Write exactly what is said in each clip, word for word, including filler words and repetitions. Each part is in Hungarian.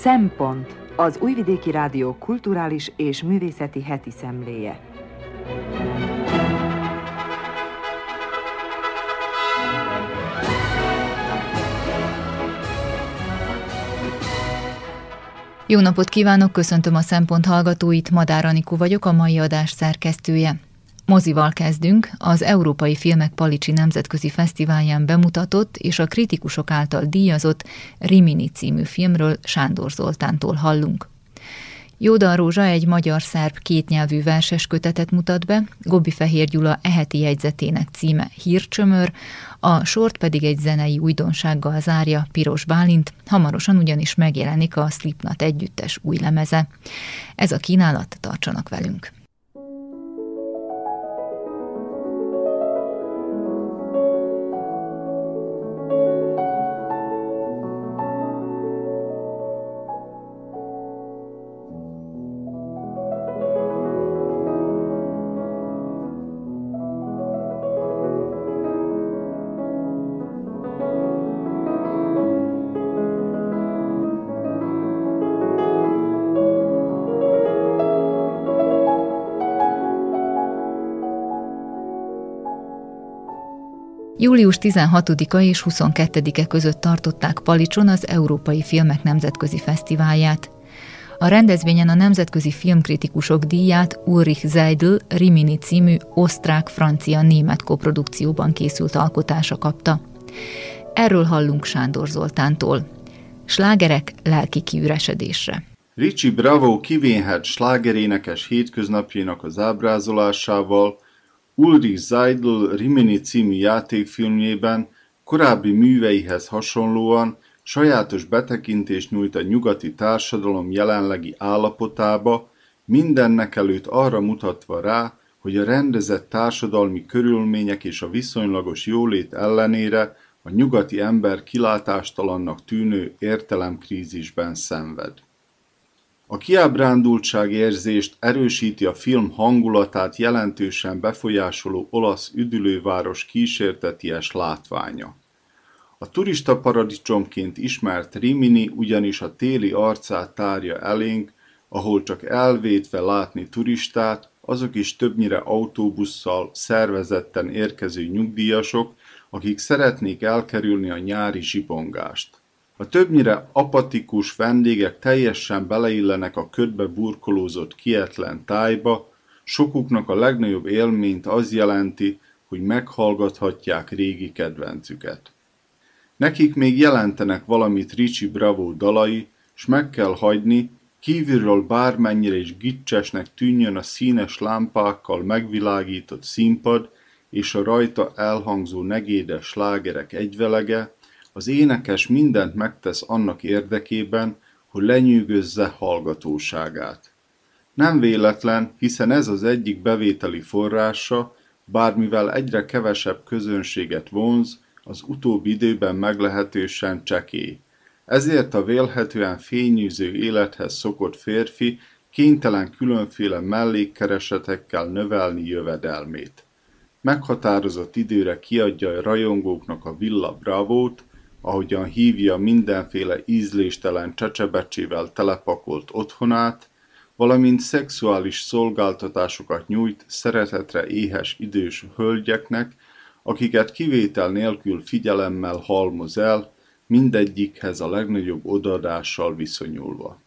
Szempont, az Újvidéki Rádió kulturális és művészeti heti szemléje. Jó napot kívánok, köszöntöm a Szempont hallgatóit, Madár Anikó vagyok, a mai adás szerkesztője. Mozival kezdünk, az Európai Filmek Palicsi Nemzetközi Fesztiválján bemutatott és a kritikusok által díjazott Rimini című filmről Sándor Zoltántól hallunk. Jódan Rózsa egy magyar-szerb kétnyelvű verses kötetet mutat be, Gobbi Fehér Gyula eheti jegyzetének címe Hírcsömör, a sort pedig egy zenei újdonsággal zárja Piros Bálint, hamarosan ugyanis megjelenik a Slipknot együttes új lemeze. Ez a kínálat, tartsanak velünk! július tizenhatodika és huszonkettedike között tartották Palicson az Európai Filmek Nemzetközi Fesztiválját. A rendezvényen a nemzetközi filmkritikusok díját Ulrich Seidl Rimini című osztrák-francia-német koprodukcióban készült alkotása kapta. Erről hallunk Sándor Zoltántól. Slágerek lelki kiüresedésre. Richie Bravo kivénhet slágerénekes hétköznapjainak az ábrázolásával, Ulrich Seidl Rimini című játékfilmjében korábbi műveihez hasonlóan sajátos betekintést nyújt a nyugati társadalom jelenlegi állapotába, mindennekelőtt arra mutatva rá, hogy a rendezett társadalmi körülmények és a viszonylagos jólét ellenére a nyugati ember kilátástalannak tűnő értelemkrízisben szenved. A kiábrándultság érzést erősíti a film hangulatát jelentősen befolyásoló olasz üdülőváros kísérteties látványa. A turista paradicsomként ismert Rimini ugyanis a téli arcát tárja elénk, ahol csak elvétve látni turistát, azok is többnyire autóbusszal szervezetten érkező nyugdíjasok, akik szeretnék elkerülni a nyári zsibongást. A többnyire apatikus vendégek teljesen beleillenek a ködbe burkolózott kietlen tájba, sokuknak a legnagyobb élményt az jelenti, hogy meghallgathatják régi kedvencüket. Nekik még jelentenek valamit Richie Bravo dalai, s meg kell hagyni, kívülről bármennyire is gicsesnek tűnjön a színes lámpákkal megvilágított színpad és a rajta elhangzó negédes slágerek egyvelege, az énekes mindent megtesz annak érdekében, hogy lenyűgözze hallgatóságát. Nem véletlen, hiszen ez az egyik bevételi forrása, bár mivel egyre kevesebb közönséget vonz, az utóbbi időben meglehetősen csekély. Ezért a vélhetően fényűző élethez szokott férfi kénytelen különféle mellékkeresetekkel növelni jövedelmét. Meghatározott időre kiadja a rajongóknak a Villa Bravót, ahogyan hívja mindenféle ízléstelen csecsebecsével telepakolt otthonát, valamint szexuális szolgáltatásokat nyújt szeretetre éhes idős hölgyeknek, akiket kivétel nélkül figyelemmel halmoz el, mindegyikhez a legnagyobb odaadással viszonyulva.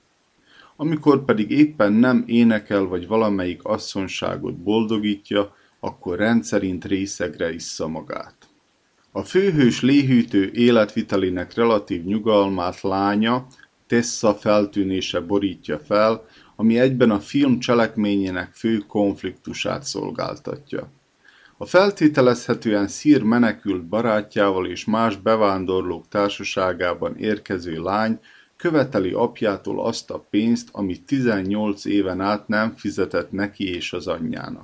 Amikor pedig éppen nem énekel vagy valamelyik asszonyságot boldogítja, akkor rendszerint részegre issza magát. A főhős léhűtő életvitelének relatív nyugalmát lánya, Tessa feltűnése borítja fel, ami egyben a film cselekményének fő konfliktusát szolgáltatja. A feltételezhetően szír menekült barátjával és más bevándorlók társaságában érkező lány követeli apjától azt a pénzt, amit tizennyolc éven át nem fizetett neki és az anyjának.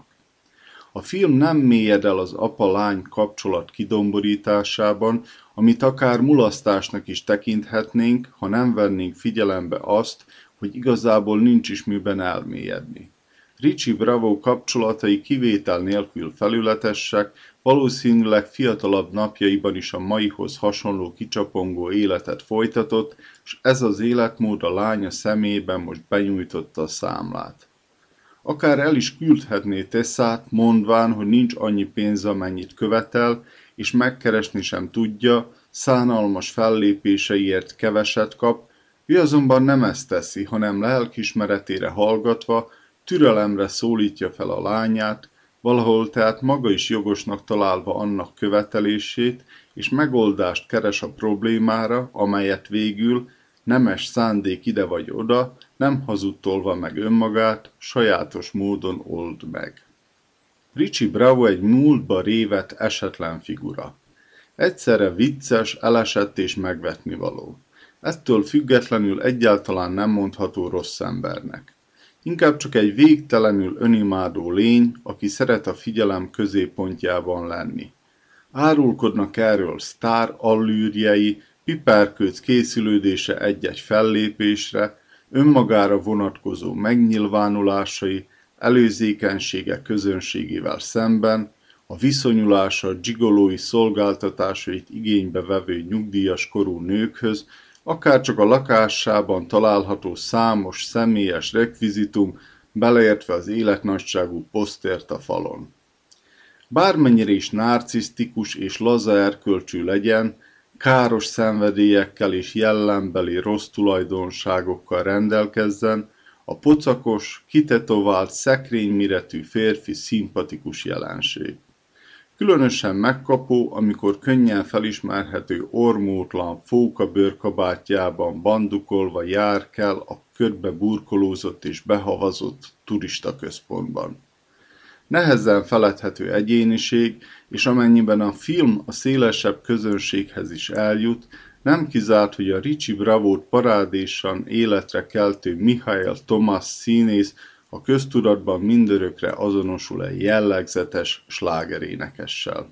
A film nem mélyed el az apa-lány kapcsolat kidomborításában, amit akár mulasztásnak is tekinthetnénk, ha nem vennénk figyelembe azt, hogy igazából nincs is miben elmélyedni. Richie Bravo kapcsolatai kivétel nélkül felületesek, valószínűleg fiatalabb napjaiban is a maihoz hasonló kicsapongó életet folytatott, és ez az életmód a lánya szemében most benyújtotta a számlát. Akár el is küldhetné Tessát, mondván, hogy nincs annyi pénz, amennyit követel, és megkeresni sem tudja, szánalmas fellépéseiért keveset kap, ő azonban nem ezt teszi, hanem lelkiismeretére hallgatva, türelemre szólítja fel a lányát, valahol tehát maga is jogosnak találva annak követelését, és megoldást keres a problémára, amelyet végül, nemes szándék ide vagy oda, nem hazudtolva meg önmagát, sajátos módon old meg. Richie Bravo egy múltba révett esetlen figura. Egyszerre vicces, elesett és megvetnivaló. Ettől függetlenül egyáltalán nem mondható rossz embernek. Inkább csak egy végtelenül önimádó lény, aki szeret a figyelem középpontjában lenni. Árulkodnak erről sztár allűrjei, piperkőc készülődése egy-egy fellépésre, önmagára vonatkozó megnyilvánulásai, előzékenysége közönségével szemben, a viszonyulása gigolói szolgáltatásait igénybe vevő nyugdíjas korú nőkhöz, akárcsak a lakásában található számos személyes rekvizitum, beleértve az életnagyságú posztert a falon. Bármennyire is narcisztikus és laza erkölcsű legyen, káros szenvedélyekkel és jellembeli rossz tulajdonságokkal rendelkezzen, a pocakos, kitetovált, szekrényméretű férfi szimpatikus jelenség. Különösen megkapó, amikor könnyen felismerhető ormótlan fóka bőrkabátjában bandukolva járkál a körbe burkolózott és behavazott turistaközpontban. Nehezen feledhető egyéniség, és amennyiben a film a szélesebb közönséghez is eljut, nem kizárt, hogy a Richie Bravót parádésan életre keltő Michael Thomas színész a köztudatban mindörökre azonosul egy jellegzetes slágerénekessel.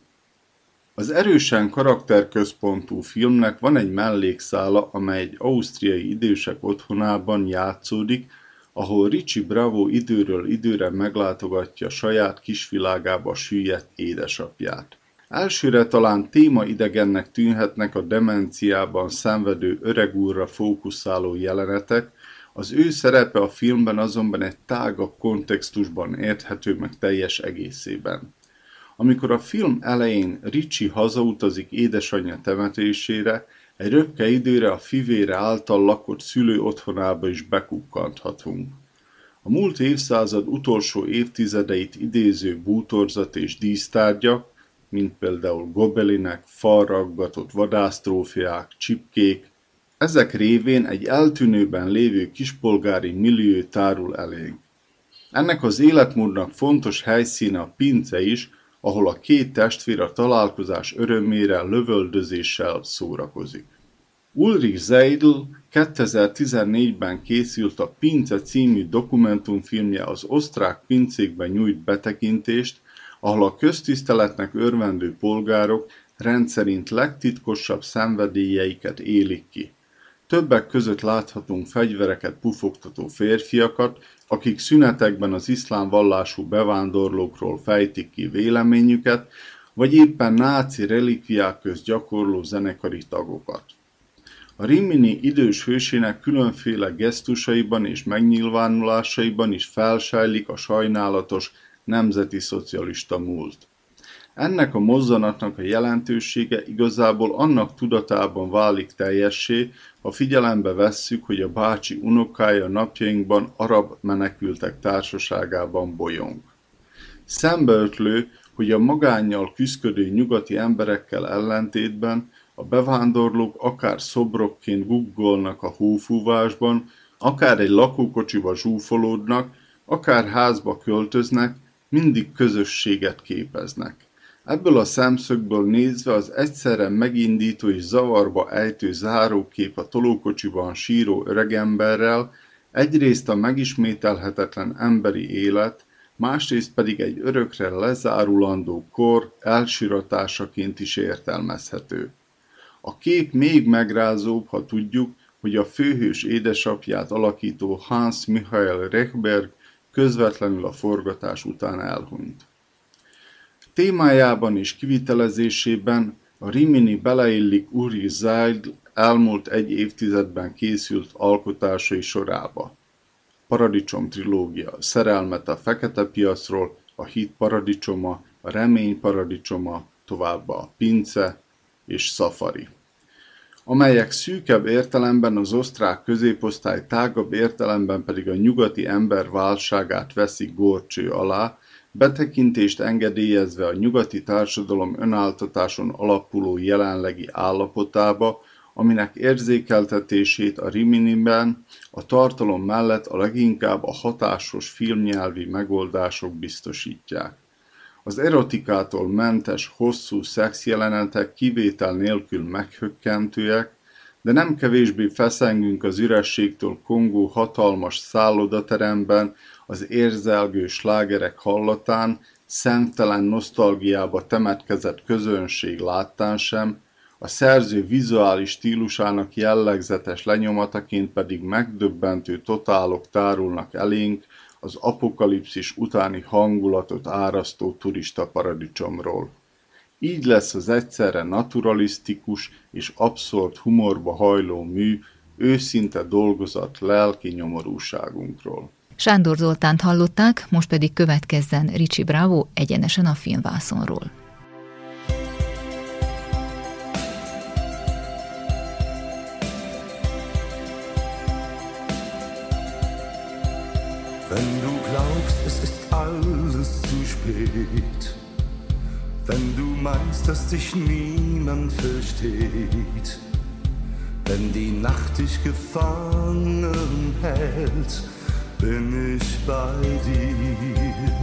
Az erősen karakterközpontú filmnek van egy mellékszála, amely egy ausztriai idősek otthonában játszódik, ahol Richie Bravo időről időre meglátogatja saját kisvilágába süllyedt édesapját. Elsőre talán témaidegennek tűnhetnek a demenciában szenvedő öregúrra fókuszáló jelenetek, az ő szerepe a filmben azonban egy tágabb kontextusban érthető meg teljes egészében. Amikor a film elején Richie hazautazik édesanyja temetésére, egy röpke időre a fivére által lakott szülő otthonába is bekukkanthatunk. A múlt évszázad utolsó évtizedeit idéző bútorzat és dísztárgyak, mint például gobelinek, falraggatott vadásztrófeák, csipkék, ezek révén egy eltűnőben lévő kispolgári millió tárul elénk. Ennek az életmódnak fontos helyszíne a pince is, ahol a két testvér a találkozás örömére lövöldözéssel szórakozik. Ulrich Seidl kétezer-tizennégyben készült a Pince című dokumentumfilmje az osztrák pincékben nyújt betekintést, ahol a köztiszteletnek örvendő polgárok rendszerint legtitkosabb szenvedélyeiket élik ki. Többek között láthatunk fegyvereket pufogtató férfiakat, akik szünetekben az iszlám vallású bevándorlókról fejtik ki véleményüket, vagy éppen náci relikviák közt gyakorló zenekari tagokat. A Rimini idős hősének különféle gesztusaiban és megnyilvánulásaiban is felsejlik a sajnálatos nemzeti szocialista múlt. Ennek a mozzanatnak a jelentősége igazából annak tudatában válik teljessé, ha figyelembe vesszük, hogy a bácsi unokája napjainkban arab menekültek társaságában bolyong. Szembeötlő, hogy a magánnyal küszködő nyugati emberekkel ellentétben a bevándorlók akár szobrokként guggolnak a hófúvásban, akár egy lakókocsiba zsúfolódnak, akár házba költöznek, mindig közösséget képeznek. Ebből a szemszögből nézve az egyszerre megindító és zavarba ejtő zárókép a tolókocsiban síró öregemberrel egyrészt a megismételhetetlen emberi élet, másrészt pedig egy örökre lezárulandó kor elsiratásaként is értelmezhető. A kép még megrázóbb, ha tudjuk, hogy a főhős édesapját alakító Hans Michael Rechberg közvetlenül a forgatás után elhunyt. Témájában és kivitelezésében a Rimini beleillik Ulrich Seidl elmúlt egy évtizedben készült alkotásai sorába. Paradicsom trilógia, Szerelmet a fekete piacról, A híd paradicsoma, A remény paradicsoma, továbbá a Pince és Szafari, amelyek szűkebb értelemben az osztrák középosztály, tágabb értelemben pedig a nyugati ember válságát veszik górcső alá, betekintést engedélyezve a nyugati társadalom önáltatáson alapuló jelenlegi állapotába, aminek érzékeltetését a Riminiben a tartalom mellett a leginkább a hatásos filmnyelvi megoldások biztosítják. Az erotikától mentes, hosszú szexjelenetek kivétel nélkül meghökkentőek, de nem kevésbé feszengünk az ürességtől kongó hatalmas szállodateremben, az érzelgő slágerek hallatán, szemtelen nosztalgiába temetkezett közönség láttán sem, a szerző vizuális stílusának jellegzetes lenyomataként pedig megdöbbentő totálok tárulnak elénk az apokalipszis utáni hangulatot árasztó turista paradicsomról. Így lesz az egyszerre naturalisztikus és abszurd humorba hajló mű őszinte dolgozat lelki nyomorúságunkról. Sándor Zoltánt hallották, most pedig következzen Ricci Bravo egyenesen a filmvászonról. Wenn du glaubst, es ist alles zu spät, wenn du meinst, dass dich niemand versteht, wenn die Nacht dich gefangen hält, bin ich bei dir.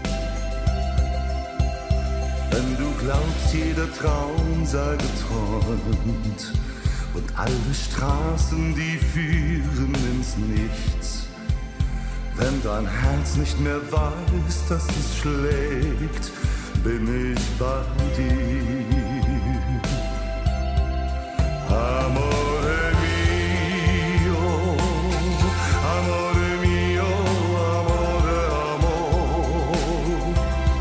Wenn du glaubst, jeder Traum sei geträumt und alle Straßen, die führen ins Nichts, wenn dein Herz nicht mehr weiß, dass es schlägt, bin ich bei dir. Amore mio, amore mio, amore, amor.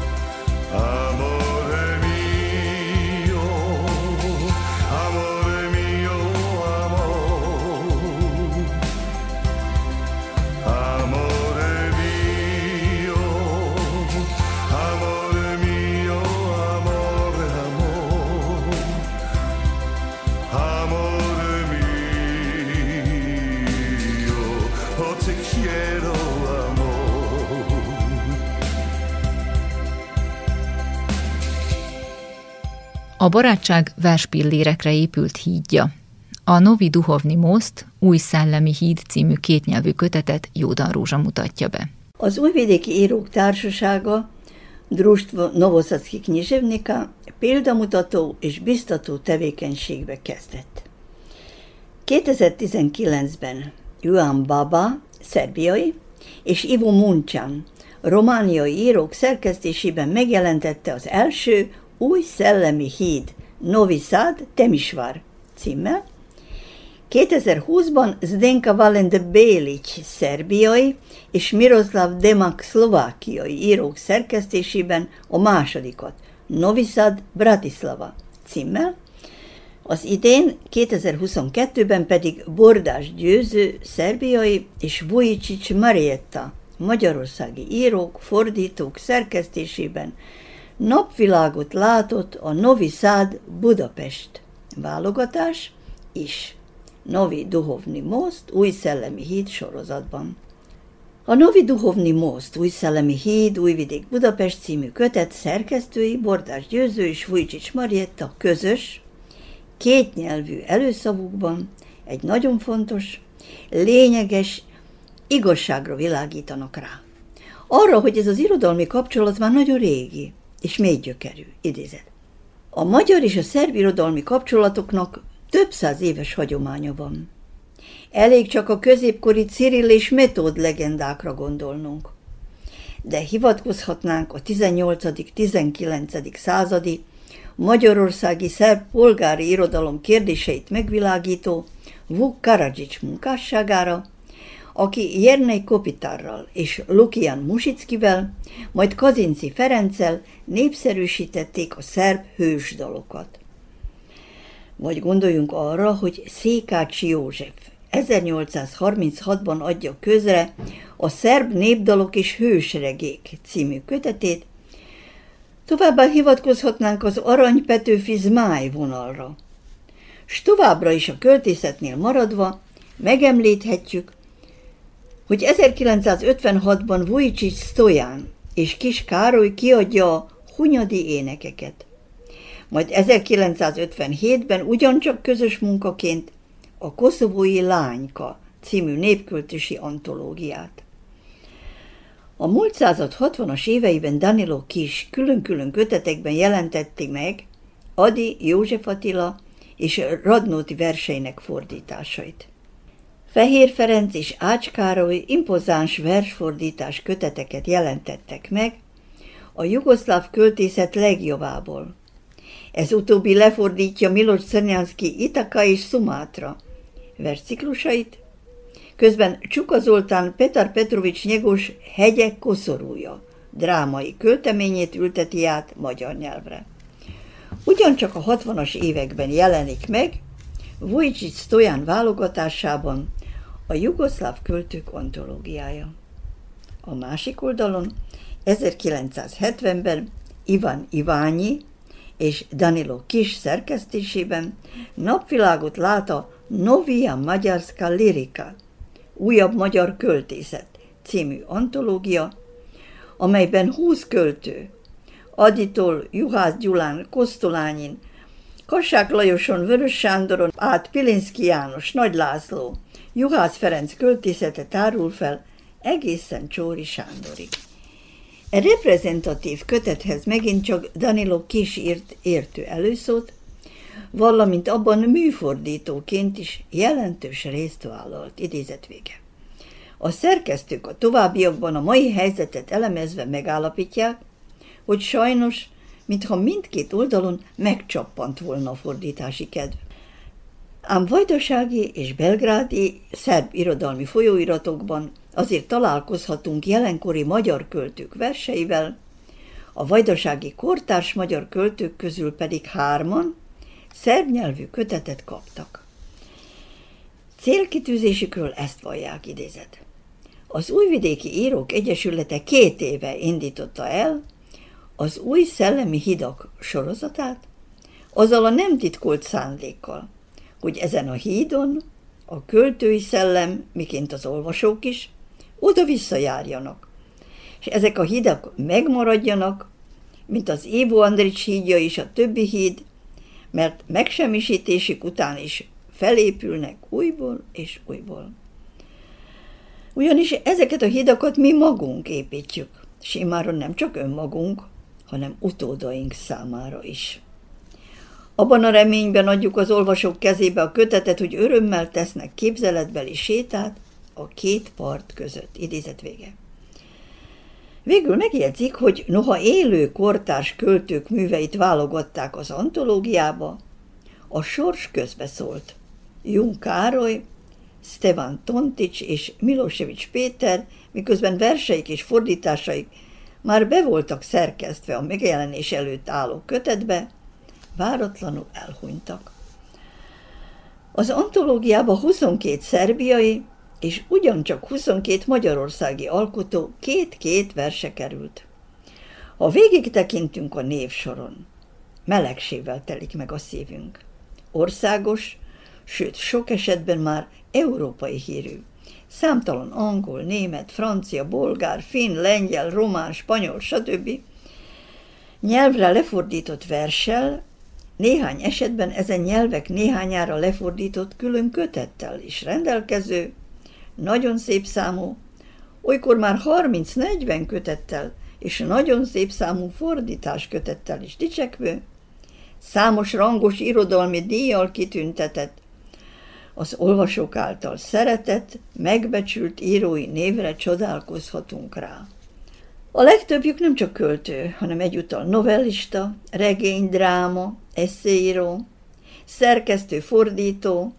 Amore mio, amore mio, amor. Amor. A barátság verspillérekre épült hídja. A Novi Duhovni most, Új Szellemi Híd című kétnyelvű kötetet Jódan Rózsa mutatja be. Az Újvidéki Írók Társasága, Društvo Novosadskih književnika példamutató és biztató tevékenységbe kezdett. kétezer-tizenkilencben Juan Baba, szerbiai, és Ivo Muncsán, romániai írók szerkesztésében megjelentette az első Új Szellemi Híd, Novi Sad, Temišvar címmel. kétezer-húszban Zdenka Valente Bélic, szerbiai, és Miroslav Demak, szlovákiai írók szerkesztésében a másodikat, Novi Sad, Bratislava címmel. Az idén, kétezer-huszonkettőben pedig Bordás Győző, szerbiai, és Vujicic Marietta, magyarországi írók, fordítók szerkesztésében napvilágot látott a Novi Sad Budapest válogatás is Novi Duhovni most, Új Szellemi Híd sorozatban. A Novi Duhovni most, Új Szellemi Híd, Újvidék Budapest című kötet szerkesztői Bordás Győző és Vujicic Marietta közös, kétnyelvű előszavukban egy nagyon fontos, lényeges igazságra világítanak rá. Arra, hogy ez az irodalmi kapcsolat már nagyon régi és mély gyökerű, idézet. A magyar és a szerb irodalmi kapcsolatoknak több száz éves hagyománya van. Elég csak a középkori Cirill és Metód legendákra gondolnunk. De hivatkozhatnánk a tizennyolcadik-tizenkilencedik századi magyarországi szerb polgári irodalom kérdéseit megvilágító Vuk Karadžić munkásságára, aki Jernej Kopitárral és Lukian Musickivel, majd Kazinczy Ferenccel népszerűsítették a szerb hősdalokat. Vagy gondoljunk arra, hogy Székács József ezernyolcszázharminchatban adja közre a Szerb népdalok és hősregék című kötetét, továbbá hivatkozhatnánk az Arany Petőfi Zmáj vonalra. S továbbra is a költészetnél maradva megemlíthetjük, hogy ezerkilencszázötvenhatban Vujicic Sztoján és Kiss Károly kiadja a Hunyadi énekeket. Majd ezerkilencszázötvenhétben ugyancsak közös munkaként a Koszovói Lányka című népköltési antológiát. A múlt század hatvanas éveiben Danilo Kiss külön-külön kötetekben jelentették meg Ady József Attila és Radnóti verseinek fordításait. Fehér Ferenc és Ács Károly impozáns versfordítás köteteket jelentettek meg a jugoszláv költészet legjobbából. Ez utóbbi lefordítja Miloš Crnjanski Itaka és Szumátra versciklusait, közben Csuka Zoltán Petar Petrovics Nyegos Hegyek koszorúja drámai költeményét ülteti át magyar nyelvre. Ugyancsak a hatvanas években jelenik meg Vujicic Sztoján válogatásában a jugoszláv költők antológiája. A másik oldalon ezerkilencszázhetvenben Ivan Iványi és Danilo Kiss szerkesztésében napvilágot lát a Novija Magyarska Lirika, újabb magyar költészet című antológia, amelyben húsz költő, Adytól Juhász Gyulán, Kosztolányin, Kassák Lajoson, Vörös Sándoron át Pilinszky János, Nagy László, Juhász Ferenc költészete tárul fel egészen Csóri Sándorig. E reprezentatív kötethez megint csak Danilo Kiss írt értő előszót, valamint abban műfordítóként is jelentős részt vállalt, idézet vége. A szerkesztők a továbbiakban a mai helyzetet elemezve megállapítják, hogy sajnos, mintha mindkét oldalon megcsappant volna a fordítási kedv. Ám vajdasági és belgrádi szerb irodalmi folyóiratokban azért találkozhatunk jelenkori magyar költők verseivel, a vajdasági kortárs magyar költők közül pedig hárman szerb nyelvű kötetet kaptak. Célkitűzésükről ezt vallják, idézet. Az Újvidéki Írók Egyesülete két éve indította el az Új Szellemi Hidak sorozatát, azzal a nem titkolt szándékkal, hogy ezen a hídon a költői szellem, miként az olvasók is, oda-vissza járjanak, és ezek a hidak megmaradjanak, mint az Ivo Andrić hídja és a többi híd, mert megsemmisítésük után is felépülnek újból és újból. Ugyanis ezeket a hidakat mi magunk építjük, és immáron nem csak önmagunk, hanem utódaink számára is. Abban a reményben adjuk az olvasók kezébe a kötetet, hogy örömmel tesznek képzeletbeli sétát a két part között. Idézet vége. Végül megjegyzik, hogy noha élő kortárs költők műveit válogatták az antológiába, a sors közbeszólt. Jung Károly, Stevan Tontics és Milosevic Péter, miközben verseik és fordításaik már be voltak szerkesztve a megjelenés előtt álló kötetbe, váratlanul elhunytak. Az antológiába huszonkét szerbiai és ugyancsak huszonkét magyarországi alkotó két-két verse került. Ha végig tekintünk a névsoron, melegsével telik meg a szívünk. Országos, sőt sok esetben már európai hírű. Számtalan angol, német, francia, bolgár, finn, lengyel, román, spanyol, stb. Nyelvre lefordított verssel, néhány esetben ezen nyelvek néhányára lefordított külön kötettel is rendelkező, nagyon szép számú, olykor már harminc-negyven kötettel és nagyon szép számú fordítás kötettel is dicsekvő, számos rangos irodalmi díjjal kitüntetett, az olvasók által szeretett, megbecsült írói névre csodálkozhatunk rá. A legtöbbjük nem csak költő, hanem egyúttal novellista, regény, dráma, esszéíró, szerkesztő, fordító,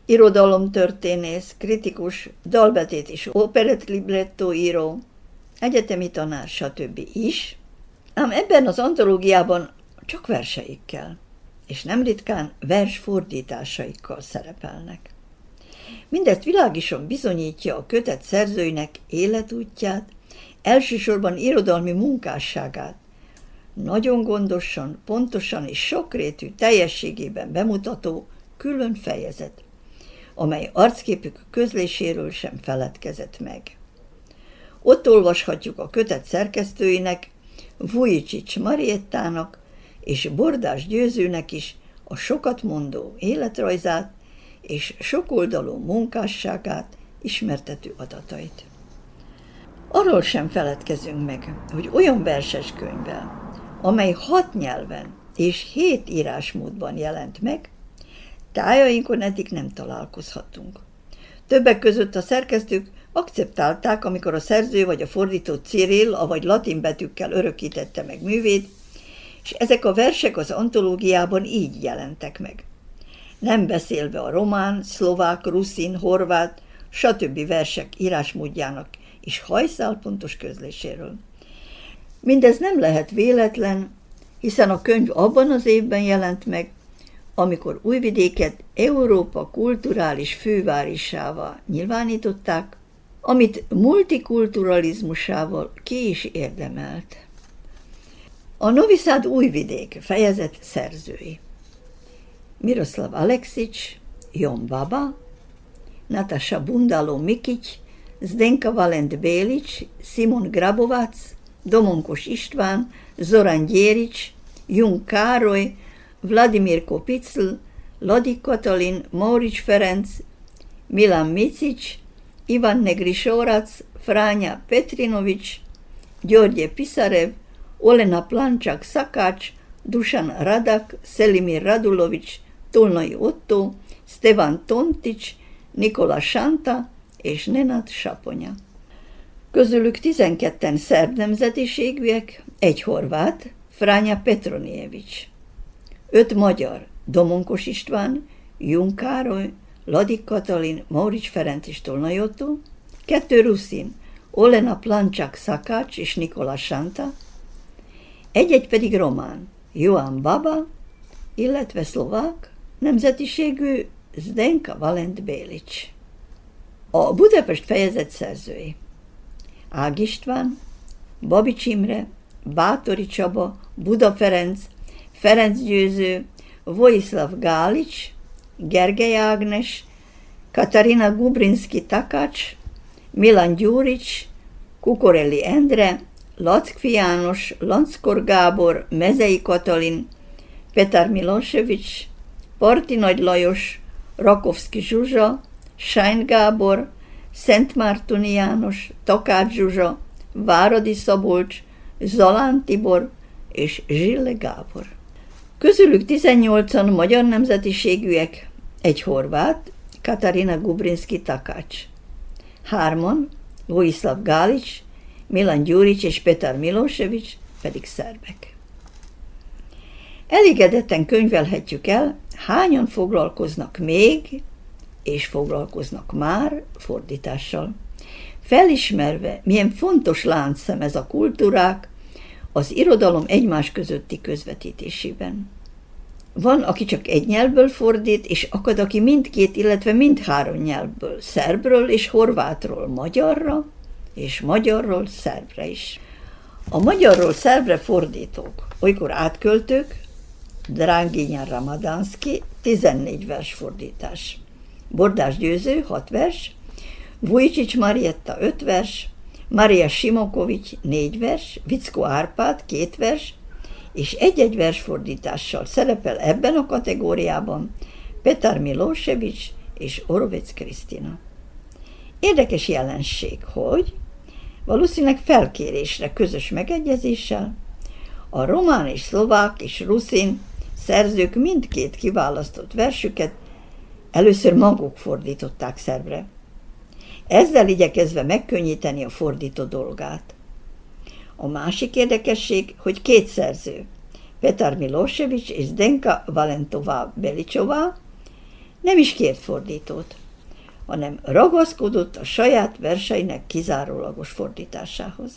irodalomtörténész, kritikus, dalbetét és operettlibrettó író, egyetemi tanár, stb. Is, ám ebben az antológiában csak verseikkel, és nem ritkán versfordításaikkal szerepelnek. Mindezt világosan bizonyítja a kötet szerzőinek életútját, elsősorban irodalmi munkásságát, nagyon gondosan, pontosan és sokrétű teljességében bemutató külön fejezet, amely arcképük közléséről sem feledkezett meg. Ott olvashatjuk a kötet szerkesztőinek, Vujicic Mariettának és Bordás Győzőnek is a sokat mondó életrajzát és sokoldalú munkásságát ismertető adatait. Arról sem feledkezünk meg, hogy olyan verseskönyvvel, amely hat nyelven és hét írásmódban jelent meg, tájainkon eddig nem találkozhatunk. Többek között a szerkesztők akceptálták, amikor a szerző vagy a fordító Cirill, avagy latin betűkkel örökítette meg művét, és ezek a versek az antológiában így jelentek meg. Nem beszélve a román, szlovák, ruszin, horvát, stb. Versek írásmódjának és hajszálpontos közléséről. Mindez nem lehet véletlen, hiszen a könyv abban az évben jelent meg, amikor Újvidéket Európa kulturális fővárosává nyilvánították, amit multikulturalizmusával ki is érdemelt. A Novi Sad Újvidék fejezet szerzői: Miroslav Aleksić, Jon Baba, Natasha Bundalo-Mikic, Zdenka Valent Bélics, Simon Grabovac, Domonkos István, Zoran Gyérics, Jung Károly, Vladimir Kopicl, Ladi Katalin, Maurics Ferenc, Milan Micic, Ivan Negrisorac, Franya Petrinovics, György Pisarev, Olena Plancsák Szakács, Dusan Radak, Selimir Radulovics, Tolnai Otto, Stevan Tontics, Nikola Santa és Nenad Saponya. Közülük tizenketten szerb nemzetiségűek, egy horvát, Franya Petronievics. Öt magyar, Domonkos István, Jung Károly, Ladi Katalin, Maurics Ferenc és Tolnai Otto, kettő ruszin, Olena Plancsák Szakács és Nikola Santa, egy-egy pedig román, Ioan Baba, illetve szlovák nemzetiségű Zdenka Valent Bélics. A Budapest fejezet szerzői: Ág István, Babics Imre, Báthori Csaba, Buda Ferenc, Ferenc Győző, Vojislav Gálics, Gergely Ágnes, Katarina Gubrinszki-Takács, Milan Gyurics, Kukorelli Endre, Lackfi János, Lanckor Gábor, Mezei Katalin, Petar Milosevic, Parti Nagy Lajos, Rakovszki Zsuzsa, Sájn Gábor, Szentmártoni János, Takács Zsuzsa, Váradi Szabolcs, Zalán Tibor és Zsille Gábor. Közülük tizennyolcan magyar nemzetiségűek, egy horvát, Katarina Gubrinszki-Takács. Hárman, Vojislav Gálics, Milan Gyurics és Petar Milosevic pedig szerbek. Elégedetten könyvelhetjük el, hányan foglalkoznak még, és foglalkoznak már fordítással. Felismerve, milyen fontos láncszem ez a kultúrák az irodalom egymás közötti közvetítésében. Van, aki csak egy nyelvből fordít, és akad, aki mindkét, illetve mindhárom nyelvből, szerbről és horvátról magyarra, és magyarról szerbre is. A magyarról szerbre fordítók, olykor átköltők, Dránginyan Ramadánszky, tizennégy vers fordítás. Bordás Győző, hat vers, Vujicic Marietta, öt vers, Maria Simokovics, négy vers, Vicko Árpád, két vers, és egy-egy versfordítással szerepel ebben a kategóriában Petar Milosevic és Orovec Krisztina. Érdekes jelenség, hogy valószínűleg felkérésre, közös megegyezéssel a román és szlovák és ruszin szerzők mindkét kiválasztott versüket először maguk fordították szerbre, ezzel igyekezve megkönnyíteni a fordító dolgát. A másik érdekesség, hogy két szerző, Petar Milosevic és Zdenka Valentová Belicsová nem is kért fordítót, hanem ragaszkodott a saját verseinek kizárólagos fordításához.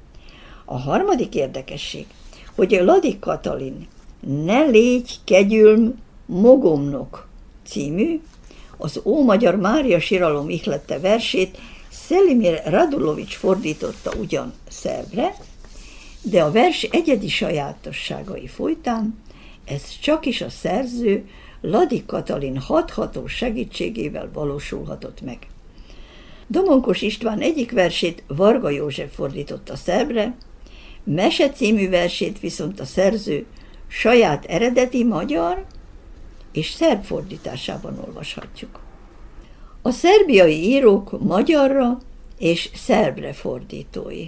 A harmadik érdekesség, hogy Lady Katalin Ne légy kegyülm mogomnok című, az Ómagyar Mária siralom ihlette versét Szelimir Radulovics fordította ugyan szerbre, de a vers egyedi sajátosságai folytán ez csakis a szerző Lady Katalin hatható segítségével valósulhatott meg. Domonkos István egyik versét Varga József fordította szerbre, Mese című versét viszont a szerző saját eredeti magyar és szerb fordításában olvashatjuk. A szerbiai írók magyarra és szerbre fordítói.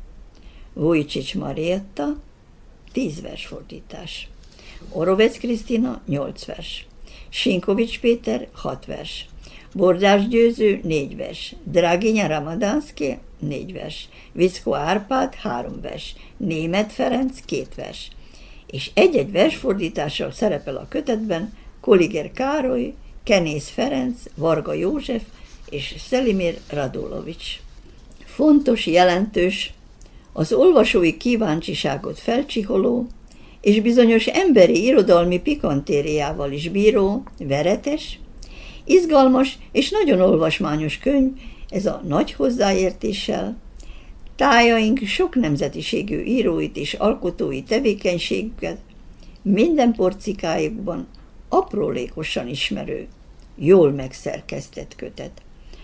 Vujicic Marietta, tíz vers fordítás. Orovec Krisztina, nyolc vers. Sinkovics Péter, hat vers. Bordás Győző, négy vers. Draginya Ramadánszky, négy vers. Vicko Árpád, három vers. Németh Ferenc, két vers. És egy-egy versfordítással szerepel a kötetben Koliger Károly, Kenész Ferenc, Varga József és Szelimir Radulovics. Fontos, jelentős, az olvasói kíváncsiságot felcsiholó és bizonyos emberi irodalmi pikantériával is bíró, veretes, izgalmas és nagyon olvasmányos könyv ez a nagy hozzáértéssel, tájaink sok nemzetiségű íróit és alkotói tevékenységüket minden porcikájukban aprólékosan ismerő, jól megszerkesztett kötet.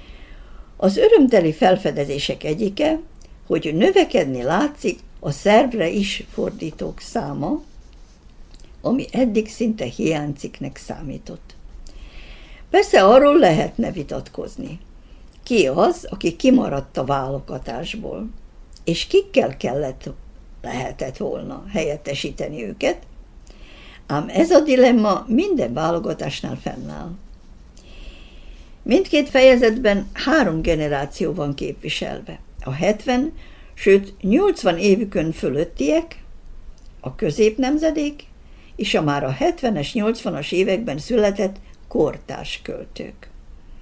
Az örömteli felfedezések egyike, hogy növekedni látszik a szerbre is fordítók száma, ami eddig szinte hiánycikknek számított. Persze arról lehetne vitatkozni. Ki az, aki kimaradt a válogatásból, és kikkel kellett, lehetett volna helyettesíteni őket, ám ez a dilemma minden válogatásnál fennáll. Mindkét fejezetben három generáció van képviselve. A hetven, sőt nyolcvan évükön fölöttiek, a középnemzedék, és a már a hetvenes, nyolcvanas években született kortárs költők.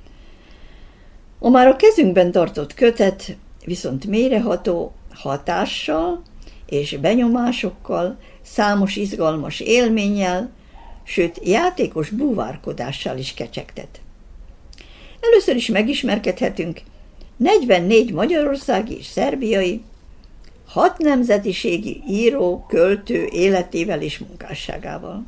A már a kezünkben tartott kötet viszont mélyreható hatással és benyomásokkal, számos izgalmas élménnyel, sőt játékos búvárkodással is kecsegtet. Először is megismerkedhetünk negyvennégy magyarországi és szerbiai, hat nemzetiségi író, költő életével és munkásságával.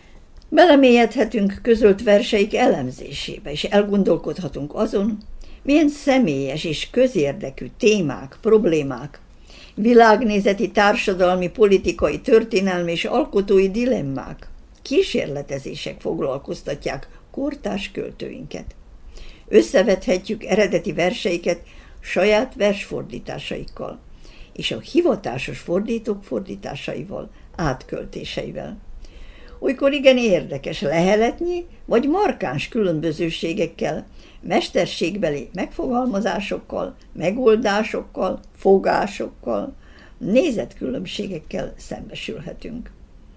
Belemélyedhetünk közölt verseik elemzésébe, és elgondolkodhatunk azon, milyen személyes és közérdekű témák, problémák, világnézeti, társadalmi, politikai, történelmi és alkotói dilemmák, kísérletezések foglalkoztatják kortárs költőinket. Összevethetjük eredeti verseiket saját versfordításaikkal, és a hivatásos fordítók fordításaival, átköltéseivel. Olykor igen érdekes leheletnyi vagy markáns különbözőségekkel, mesterségbeli megfogalmazásokkal, megoldásokkal, fogásokkal, nézetkülönbségekkel szembesülhetünk.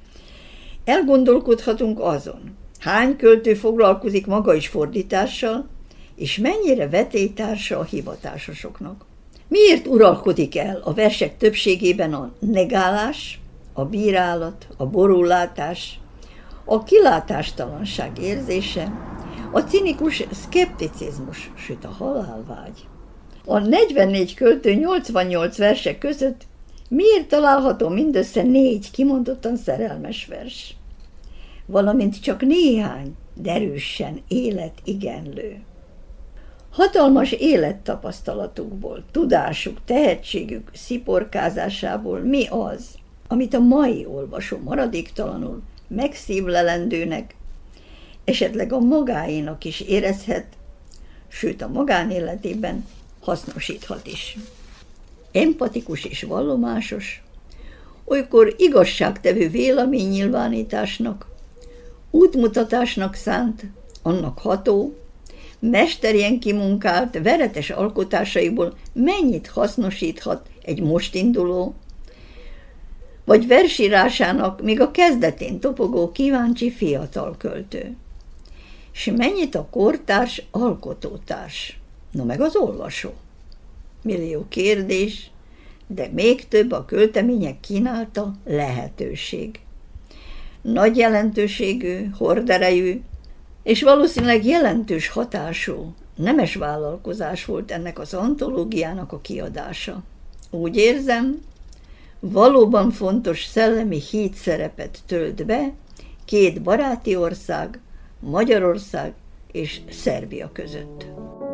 Elgondolkodhatunk azon, hány költő foglalkozik maga is fordítással, és mennyire vetélytársa a hivatásosoknak. Miért uralkodik el a versek többségében a negálás, a bírálat, a borúlátás, a kilátástalanság érzése, a cinikus szkepticizmus, sőt a halálvágy? A negyvennégy költő nyolcvannyolc verse között miért található mindössze négy kimondottan szerelmes vers, valamint csak néhány derűsen életigenlő? Hatalmas élettapasztalatukból, tudásuk, tehetségük sziporkázásából mi az, amit a mai olvasó maradéktalanul megszívlelendőnek, esetleg a magáénak is érezhet, sőt a magánéletében hasznosíthat is. Empatikus és vallomásos, olykor igazságtevő véleménynyilvánításnak, útmutatásnak szánt, annak ható, mesterien kimunkált, veretes alkotásaiból mennyit hasznosíthat egy most induló, vagy versírásának még a kezdetén topogó kíváncsi fiatal költő. S mennyit a kortárs alkotótárs? No meg az olvasó. Millió kérdés, de még több a költemények kínálta lehetőség. Nagy jelentőségű, horderejű, és valószínűleg jelentős hatású, nemes vállalkozás volt ennek az antológiának a kiadása. Úgy érzem, valóban fontos szellemi hídszerepet tölt be két baráti ország, Magyarország és Szerbia között.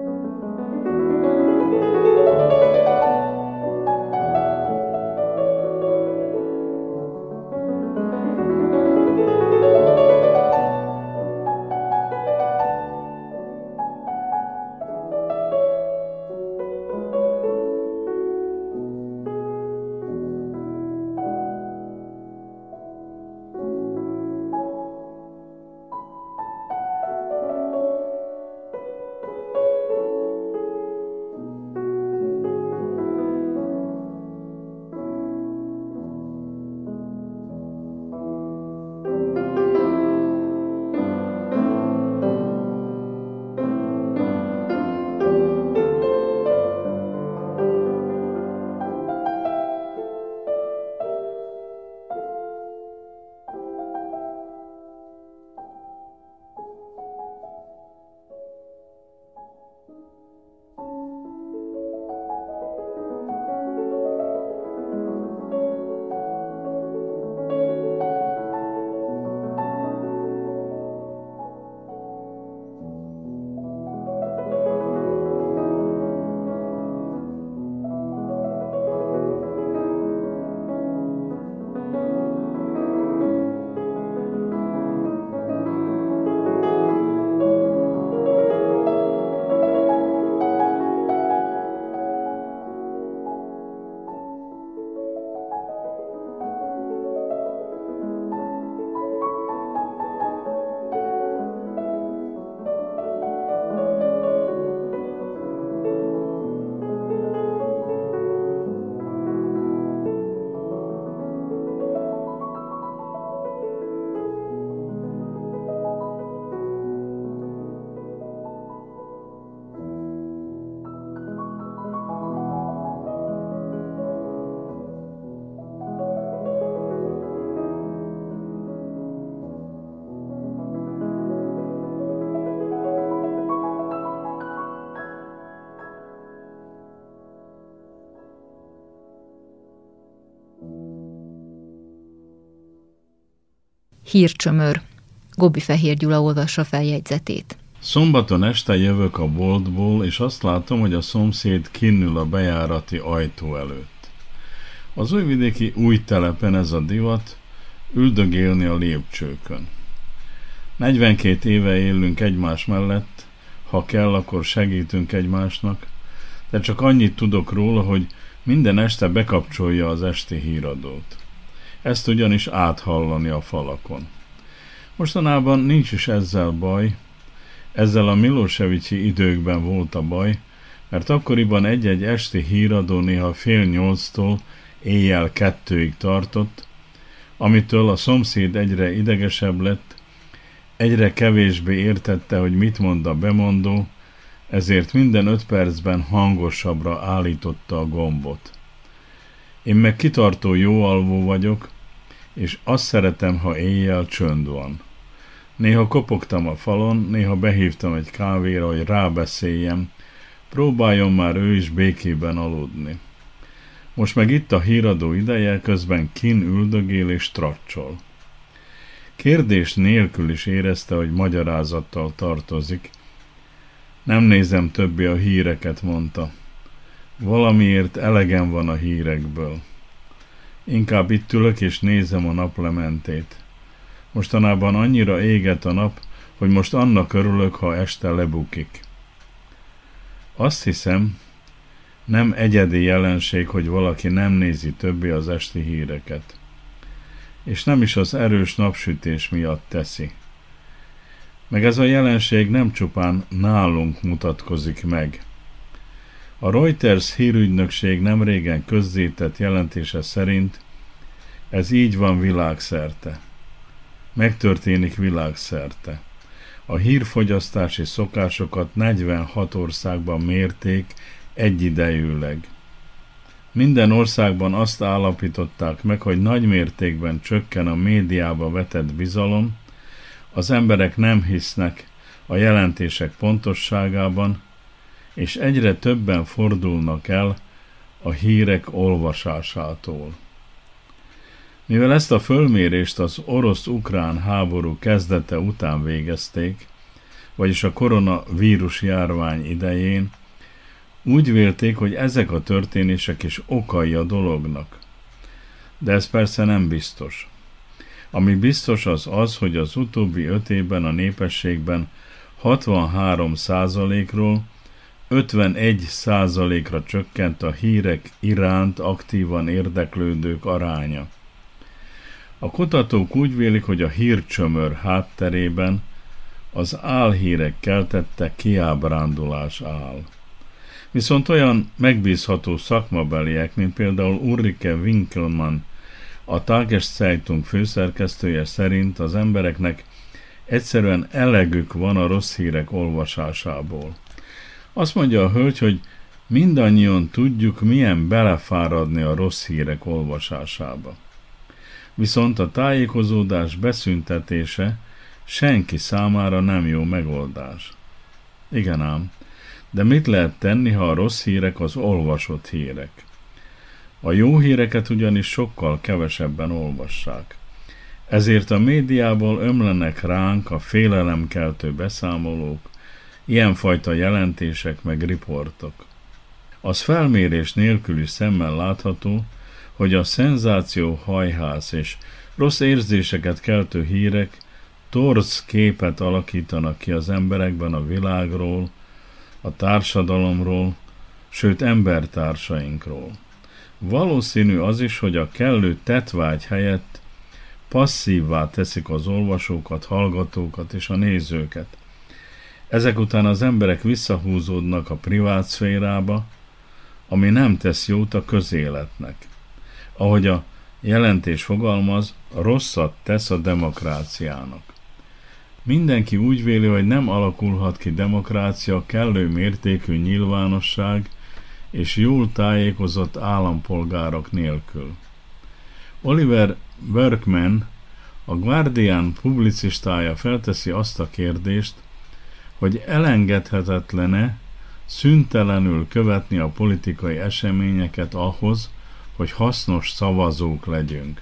Hírcsömör. Gobbi Fehér Gyula olvassa feljegyzetét. Szombaton este jövök a boltból, és azt látom, hogy a szomszéd kinnül a bejárati ajtó előtt. Az újvidéki új telepen ez a divat, üldögélni a lépcsőkön. negyvenkét éve élünk egymás mellett, ha kell, akkor segítünk egymásnak, de csak annyit tudok róla, hogy minden este bekapcsolja az esti híradót. Ezt ugyanis áthallani a falakon. Mostanában nincs is ezzel baj, ezzel a Milosevicsi időkben volt a baj, mert akkoriban egy-egy esti híradó néha fél nyolctól éjjel kettőig tartott, amitől a szomszéd egyre idegesebb lett, egyre kevésbé értette, hogy mit mond a bemondó, ezért minden öt percben hangosabbra állította a gombot. Én meg kitartó jó alvó vagyok, és azt szeretem, ha éjjel csönd van. Néha kopogtam a falon, néha behívtam egy kávéra, hogy rábeszéljem, próbáljon már ő is békében aludni. Most meg itt a híradó ideje, közben kin üldögél és tracsol. Kérdés nélkül is érezte, hogy magyarázattal tartozik. Nem nézem többé a híreket, mondta. Valamiért elegem van a hírekből. Inkább itt ülök és nézem a naplementét. Mostanában annyira éget a nap, hogy most annak örülök, ha este lebukik. Azt hiszem, nem egyedi jelenség, hogy valaki nem nézi többé az esti híreket. És nem is az erős napsütés miatt teszi. Meg ez a jelenség nem csupán nálunk mutatkozik meg. A Reuters hírügynökség nemrégen közzétett jelentése szerint ez így van világszerte. Megtörténik világszerte. A hírfogyasztási szokásokat negyvenhat országban mérték egyidejűleg. Minden országban azt állapították meg, hogy nagy mértékben csökken a médiába vetett bizalom, az emberek nem hisznek a jelentések pontosságában, és egyre többen fordulnak el a hírek olvasásától. Mivel ezt a fölmérést az orosz-ukrán háború kezdete után végezték, vagyis a koronavírus járvány idején, úgy vélték, hogy ezek a történések is okai a dolognak. De ez persze nem biztos. Ami biztos az az, hogy az utóbbi öt évben a népességben hatvanhárom százalékról ötvenegy százalékra csökkent a hírek iránt aktívan érdeklődők aránya. A kutatók úgy vélik, hogy a hírcsömör hátterében az álhírek keltette kiábrándulás áll. Viszont olyan megbízható szakmabeliek, mint például Ulrike Winkelmann, a Tageszeitung főszerkesztője szerint az embereknek egyszerűen elegük van a rossz hírek olvasásából. Azt mondja a hölgy, hogy mindannyian tudjuk, milyen belefáradni a rossz hírek olvasásába. Viszont a tájékozódás beszüntetése senki számára nem jó megoldás. Igen ám, de mit lehet tenni, ha a rossz hírek az olvasott hírek? A jó híreket ugyanis sokkal kevesebben olvassák. Ezért a médiából ömlenek ránk a félelemkeltő beszámolók, ilyenfajta jelentések meg riportok. Az felmérés nélküli szemmel látható, hogy a szenzáció hajhász és rossz érzéseket keltő hírek torz képet alakítanak ki az emberekben a világról, a társadalomról, sőt embertársainkról. Valószínű az is, hogy a kellő tettvágy helyett passzívvá teszik az olvasókat, hallgatókat és a nézőket. Ezek után az emberek visszahúzódnak a privát szférába, ami nem tesz jót a közéletnek. Ahogy a jelentés fogalmaz, rosszat tesz a demokráciának. Mindenki úgy véli, hogy nem alakulhat ki demokrácia kellő mértékű nyilvánosság és jól tájékozott állampolgárok nélkül. Oliver Burkeman, a Guardian publicistája felteszi azt a kérdést, hogy elengedhetetlen-e szüntelenül követni a politikai eseményeket ahhoz, hogy hasznos szavazók legyünk.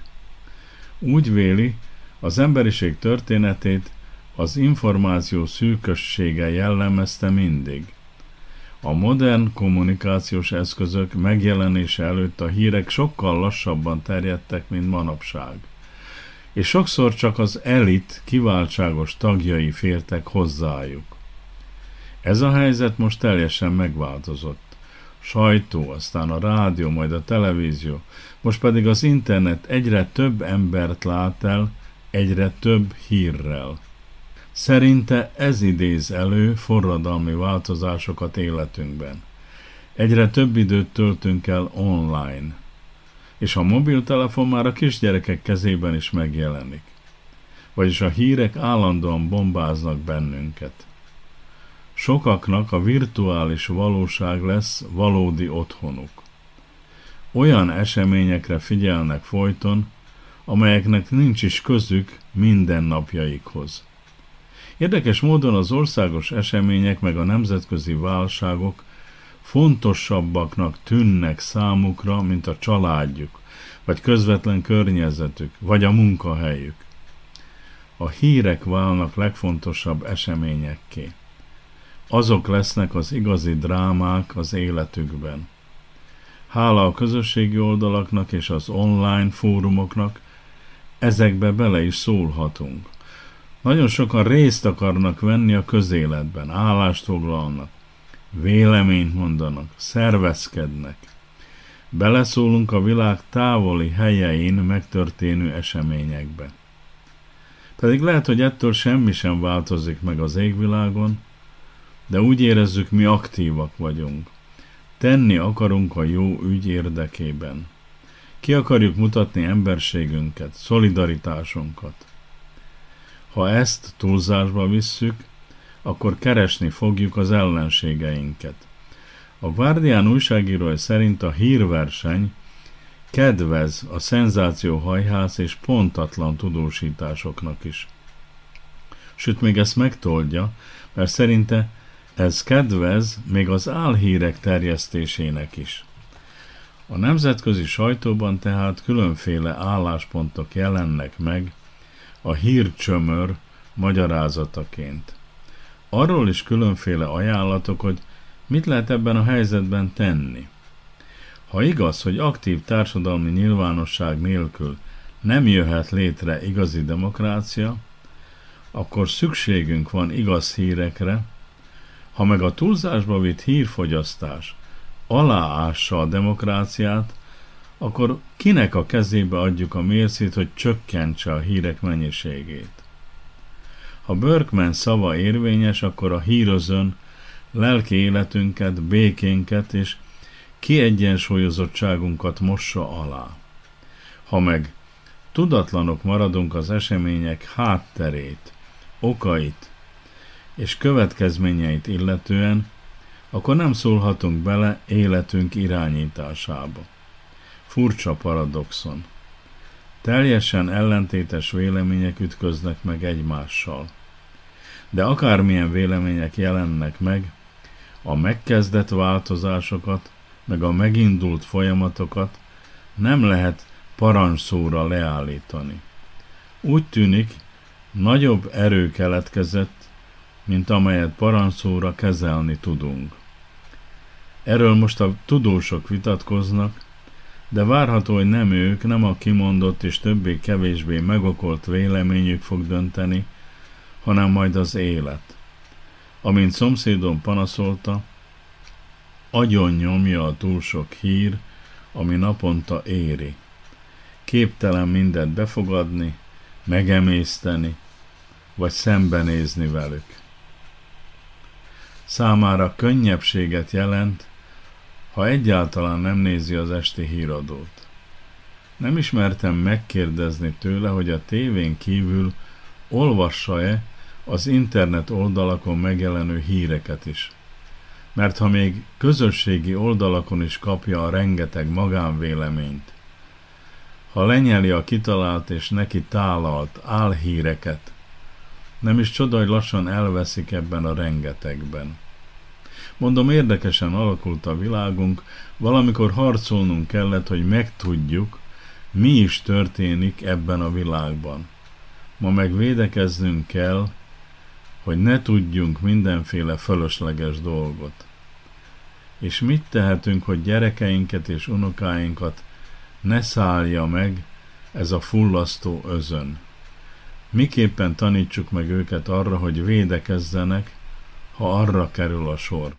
Úgy véli, az emberiség történetét az információ szűkössége jellemezte mindig. A modern kommunikációs eszközök megjelenése előtt a hírek sokkal lassabban terjedtek, mint manapság. És sokszor csak az elit kiváltságos tagjai fértek hozzájuk. Ez a helyzet most teljesen megváltozott. Sajtó, aztán a rádió, majd a televízió, most pedig az internet egyre több embert lát el, egyre több hírrel. Szerinte ez idéz elő forradalmi változásokat életünkben. Egyre több időt töltünk el online, és a mobiltelefon már a kisgyerekek kezében is megjelenik. Vagyis a hírek állandóan bombáznak bennünket. Sokaknak a virtuális valóság lesz valódi otthonuk. Olyan eseményekre figyelnek folyton, amelyeknek nincs is közük mindennapjaikhoz. Érdekes módon az országos események meg a nemzetközi válságok fontosabbaknak tűnnek számukra, mint a családjuk, vagy közvetlen környezetük, vagy a munkahelyük. A hírek válnak legfontosabb eseményekké. Azok lesznek az igazi drámák az életükben. Hála a közösségi oldalaknak és az online fórumoknak, ezekbe bele is szólhatunk. Nagyon sokan részt akarnak venni a közéletben, állást foglalnak, véleményt mondanak, szervezkednek. Beleszólunk a világ távoli helyein megtörténő eseményekbe. Pedig lehet, hogy ettől semmi sem változik meg az égvilágon, de úgy érezzük, mi aktívak vagyunk. Tenni akarunk a jó ügy érdekében. Ki akarjuk mutatni emberségünket, szolidaritásunkat. Ha ezt túlzásba visszük, akkor keresni fogjuk az ellenségeinket. A Guardian újságírói szerint a hírverseny kedvez a szenzációhajhász és pontatlan tudósításoknak is. Sőt, még ezt megtoldja, mert szerinte ez kedvez még az álhírek terjesztésének is. A nemzetközi sajtóban tehát különféle álláspontok jelennek meg a hírcsömör magyarázataként. Arról is különféle ajánlatok, hogy mit lehet ebben a helyzetben tenni. Ha igaz, hogy aktív társadalmi nyilvánosság nélkül nem jöhet létre igazi demokrácia, akkor szükségünk van igaz hírekre, ha meg a túlzásba vitt hírfogyasztás aláássa a demokráciát, akkor kinek a kezébe adjuk a mércét, hogy csökkentse a hírek mennyiségét? Ha Berkman szava érvényes, akkor a hírözön lelki életünket, békénket és kiegyensúlyozottságunkat mossa alá. Ha meg tudatlanok maradunk az események hátterét, okait és következményeit illetően, akkor nem szólhatunk bele életünk irányításába. Furcsa paradoxon. Teljesen ellentétes vélemények ütköznek meg egymással. De akármilyen vélemények jelennek meg, a megkezdett változásokat, meg a megindult folyamatokat nem lehet parancsszóra leállítani. Úgy tűnik, nagyobb erő keletkezett, mint amelyet parancsszóra kezelni tudunk. Erről most a tudósok vitatkoznak, de várható, hogy nem ők, nem a kimondott és többé-kevésbé megokolt véleményük fog dönteni, hanem majd az élet. Amint szomszédom panaszolta, agyon nyomja a túl sok hír, ami naponta éri. Képtelen mindent befogadni, megemészteni, vagy szembenézni velük. Számára könnyebbséget jelent, ha egyáltalán nem nézi az esti híradót. Nem ismertem megkérdezni tőle, hogy a tévén kívül olvassa-e az internet oldalakon megjelenő híreket is. Mert ha még közösségi oldalakon is kapja a rengeteg magánvéleményt, ha lenyeli a kitalált és neki tálalt álhíreket, nem is csoda, hogy lassan elveszik ebben a rengetegben. Mondom, érdekesen alakult a világunk, valamikor harcolnunk kellett, hogy megtudjuk, mi is történik ebben a világban. Ma meg védekeznünk kell, hogy ne tudjunk mindenféle fölösleges dolgot. És mit tehetünk, hogy gyerekeinket és unokáinkat ne szállja meg ez a fullasztó özön? Miképpen tanítsuk meg őket arra, hogy védekezzenek, ha arra kerül a sor?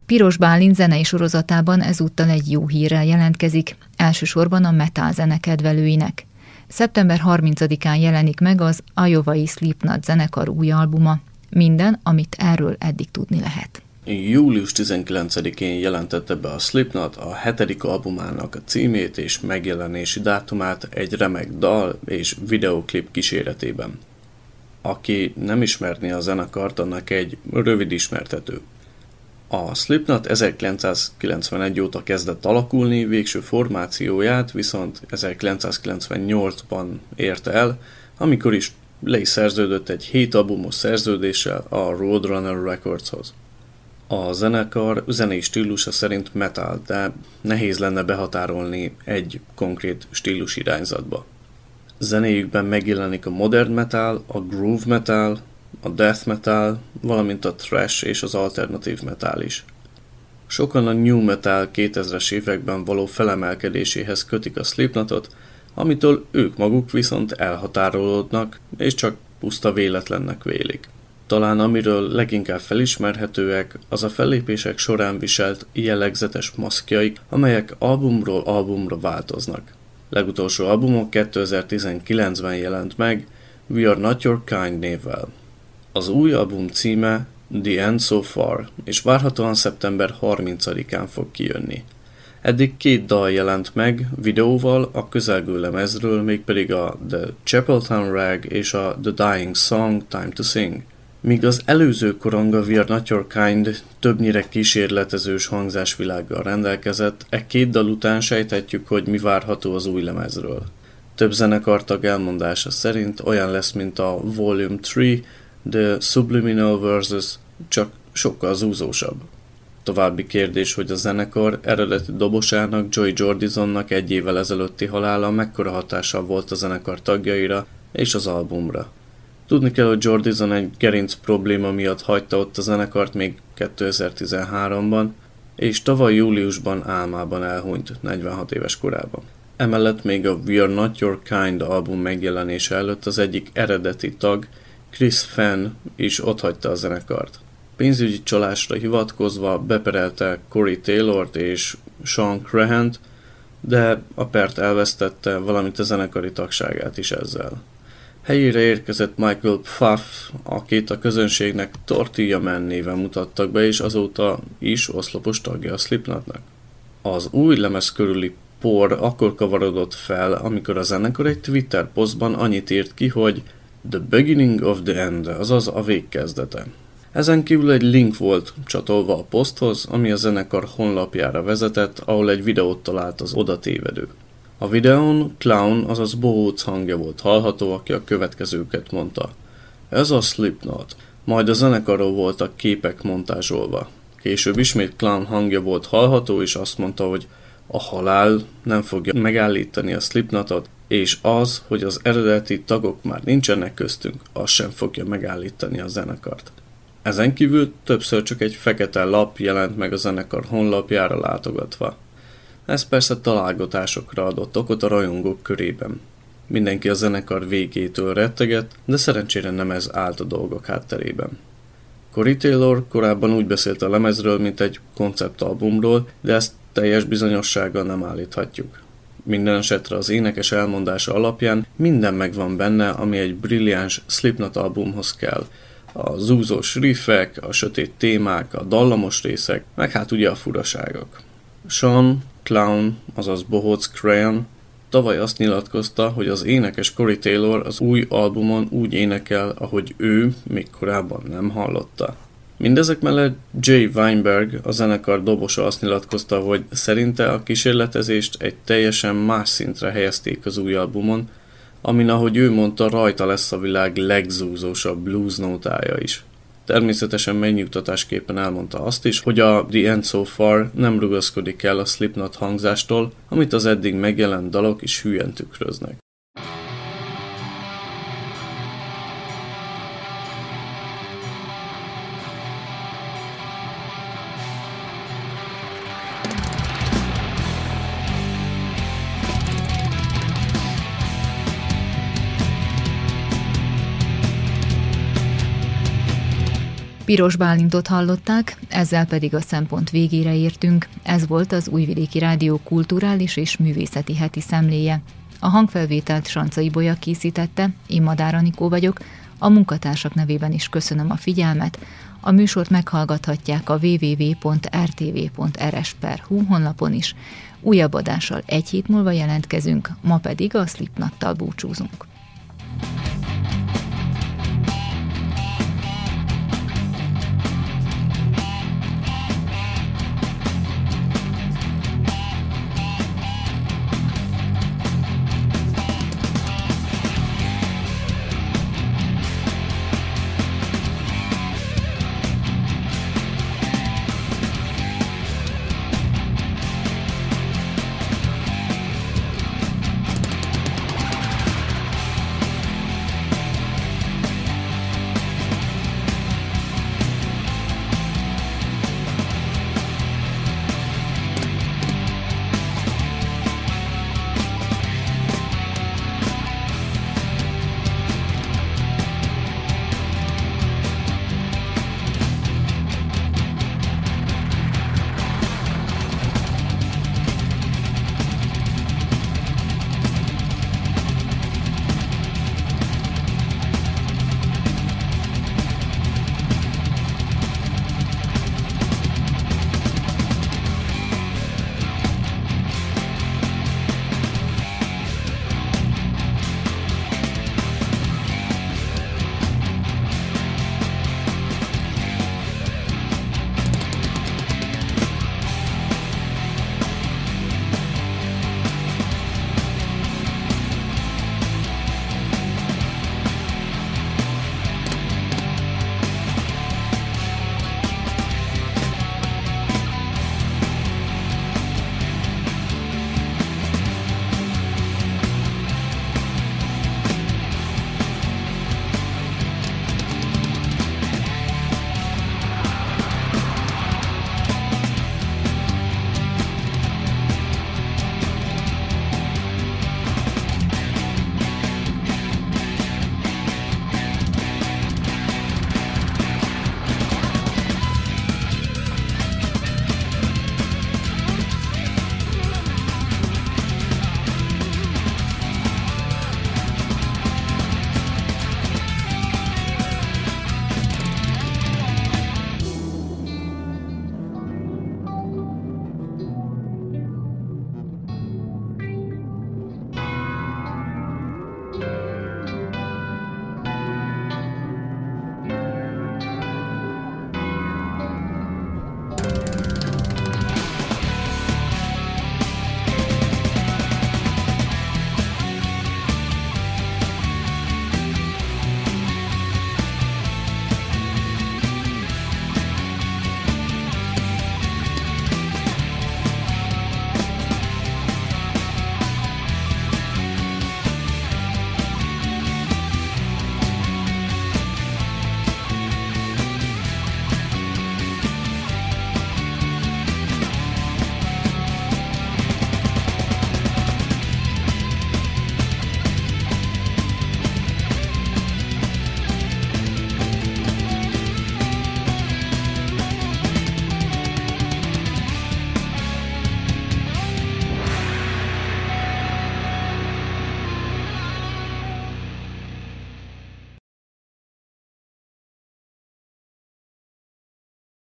Piros Bálint zenei sorozatában ezúttal egy jó hírrel jelentkezik, elsősorban a metal zene kedvelőinek. szeptember harmincadikán jelenik meg az Iowai Slipknot zenekar új albuma. Minden, amit erről eddig tudni lehet. július tizenkilencedikén jelentette be a Slipknot a hetedik albumának a címét és megjelenési dátumát egy remek dal és videóklip kíséretében. Aki nem ismerné a zenekart, annak egy rövid ismertető. A Slipknot ezerkilencszázkilencvenegy óta kezdett alakulni, végső formációját viszont ezerkilencszázkilencvennyolcban érte el, amikor is le is szerződött egy hét albumos szerződéssel a Roadrunner Recordshoz. A zenekar zenei stílusa szerint metal, de nehéz lenne behatárolni egy konkrét stílus irányzatba. Zenéjükben megjelenik a modern metal, a groove metal, a death metal, valamint a thrash és az alternatív metal is. Sokan a new metal kétezres években való felemelkedéséhez kötik a Slipknotot, amitől ők maguk viszont elhatárolódnak, és csak puszta véletlennek vélik. Talán amiről leginkább felismerhetőek, az a fellépések során viselt jellegzetes maszkjaik, amelyek albumról albumra változnak. Legutolsó albumok kétezer-tizenkilencben jelent meg, We Are Not Your Kind névvel. Az új album címe The End So Far, és várhatóan szeptember harmincadikán fog kijönni. Eddig két dal jelent meg videóval a közelgő lemezről, mégpedig a The Chapeltown Rag és a The Dying Song Time to Sing. Míg az előző korong a We Are Not Your Kind többnyire kísérletezős hangzásvilággal rendelkezett, e két dal után sejthetjük, hogy mi várható az új lemezről. Több zenekartag elmondása szerint olyan lesz, mint a Volume három, The Subliminal Verses, csak sokkal zúzósabb. További kérdés, hogy a zenekar eredeti dobosának, Joy Jordisonnak egy évvel ezelőtti halála mekkora hatással volt a zenekar tagjaira és az albumra. Tudni kell, hogy Jordison egy gerinc probléma miatt hagyta ott a zenekart még kétezer-tizenháromban, és tavaly júliusban álmában elhunyt negyvenhat éves korában. Emellett még a We Are Not Your Kind album megjelenése előtt az egyik eredeti tag, Chris Fenn is otthagyta a zenekart. Pénzügyi csalásra hivatkozva beperelte Corey Taylort és Sean Crahant, de a pert elvesztette, valamint a zenekari tagságát is ezzel. Helyére érkezett Michael Pfaff, akit a közönségnek Tortilla Man néven mutattak be, és azóta is oszlopos tagja a Slipknotnak. Az új lemez körüli por akkor kavarodott fel, amikor a zenekar egy Twitter posztban annyit írt ki, hogy The Beginning of the End, azaz a végkezdete. Ezen kívül egy link volt csatolva a poszthoz, ami a zenekar honlapjára vezetett, ahol egy videót talált az odatévedő. A videón Clown, azaz bohóc hangja volt hallható, aki a következőket mondta. Ez a Slipknot. Majd a zenekarról voltak képek montázsolva. Később ismét Clown hangja volt hallható, és azt mondta, hogy a halál nem fogja megállítani a Slipknotot, és az, hogy az eredeti tagok már nincsenek köztünk, az sem fogja megállítani a zenekart. Ezen kívül többször csak egy fekete lap jelent meg a zenekar honlapjára látogatva. Ez persze találgatásokra adott okot a rajongók körében. Mindenki a zenekar végétől rettegett, de szerencsére nem ez állt a dolgok hátterében. Corey Taylor korábban úgy beszélt a lemezről, mint egy konceptalbumról, de ezt teljes bizonyossággal nem állíthatjuk. Minden esetre az énekes elmondása alapján minden megvan benne, ami egy brilliáns Slipknot albumhoz kell. A zúzós riffek, a sötét témák, a dallamos részek, meg hát ugye a furaságok. Sean Clown, azaz Bohóc Crayon, tavaly azt nyilatkozta, hogy az énekes Corey Taylor az új albumon úgy énekel, ahogy ő még korábban nem hallotta. Mindezek mellett Jay Weinberg, a zenekar dobosa azt nyilatkozta, hogy szerinte a kísérletezést egy teljesen más szintre helyezték az új albumon, amin, ahogy ő mondta, rajta lesz a világ legzúzósabb blues nótája is. Természetesen megnyugtatásképpen elmondta azt is, hogy a The End So Far nem rugaszkodik el a Slipknot hangzástól, amit az eddig megjelent dalok is hülyen tükröznek. Piros Bálintot hallották, ezzel pedig a Szempont végére értünk. Ez volt az Újvidéki Rádió kulturális és művészeti heti szemléje. A hangfelvételt Sancai Bolya készítette, én Madár Anikó vagyok, a munkatársak nevében is köszönöm a figyelmet. A műsort meghallgathatják a double-u double-u double-u pont r t v pont r s pont h u honlapon is. Újabb adással egy hét múlva jelentkezünk, ma pedig a Slipknottal búcsúzunk.